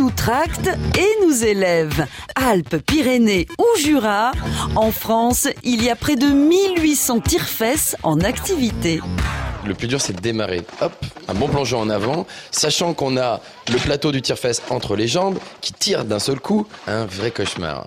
nous tracte et nous élève. Alpes, Pyrénées ou Jura, en France, il y a près de 1800 tire-fesses en activité. Le plus dur, c'est de démarrer. Hop, un bon plongeon en avant, sachant qu'on a le plateau du tire-fesse entre les jambes qui tire d'un seul coup. Un vrai cauchemar.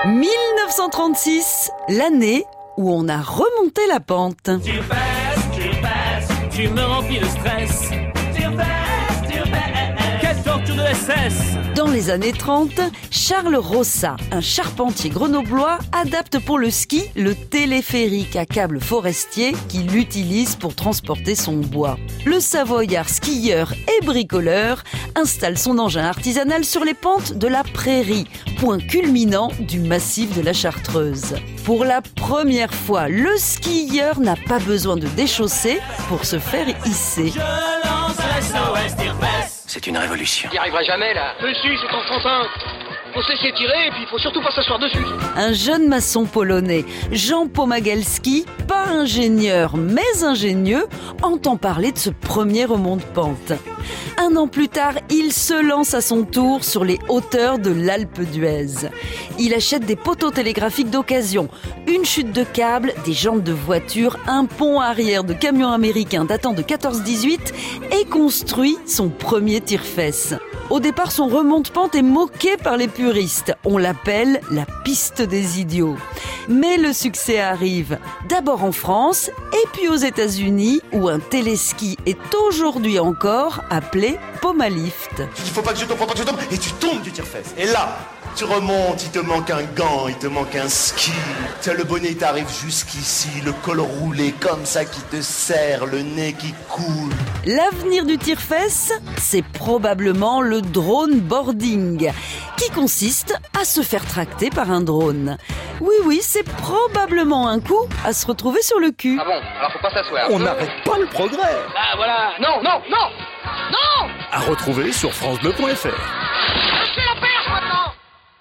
1936, l'année où on a remonté la pente. Tire-fesse, tu me remplis de stress. Tire-fesse, quelle torture de SS. Dans les années 30, Charles Rossa, un charpentier grenoblois, adapte pour le ski le téléphérique à câble forestier qu'il utilise pour transporter son bois. Le Savoyard skieur et bricoleur installe son engin artisanal sur les pentes de la Prairie, point culminant du massif de la Chartreuse. Pour la première fois, le skieur n'a pas besoin de déchausser pour se faire hisser. Je lance SOS tire-fesse. C'est une révolution. Il n'y arrivera jamais là. Dessus, c'est enfantin. Faut se laisser tirer et puis il faut surtout pas s'asseoir dessus. Un jeune maçon polonais, Jean Pomagalski, pas ingénieur mais ingénieux, entend parler de ce premier remont de pente. Un an plus tard, il se lance à son tour sur les hauteurs de l'Alpe d'Huez. Il achète des poteaux télégraphiques d'occasion, une chute de câble, des jantes de voiture, un pont arrière de camion américain datant de 14-18 et construit son premier tire-fesse. Au départ, son remont de pente est moqué par les puristes. On l'appelle la piste des idiots. Mais le succès arrive. D'abord en France et puis aux États-Unis où un téléski est aujourd'hui encore appelé Pomalift. Tu dis faut pas que je tombe, et tu tombes du tire-fesse. Et là, tu remontes, il te manque un gant, il te manque un ski. Tiens, le bonnet t'arrive jusqu'ici, le col roulé comme ça qui te serre, le nez qui coule. L'avenir du tire-fesse, c'est probablement le drone boarding, qui consiste à se faire tracter par un drone. Oui, c'est probablement un coup à se retrouver sur le cul. Ah bon, alors faut pas s'asseoir. On n'arrête pas le progrès. Ah voilà. Non. À retrouver sur francebleu.fr.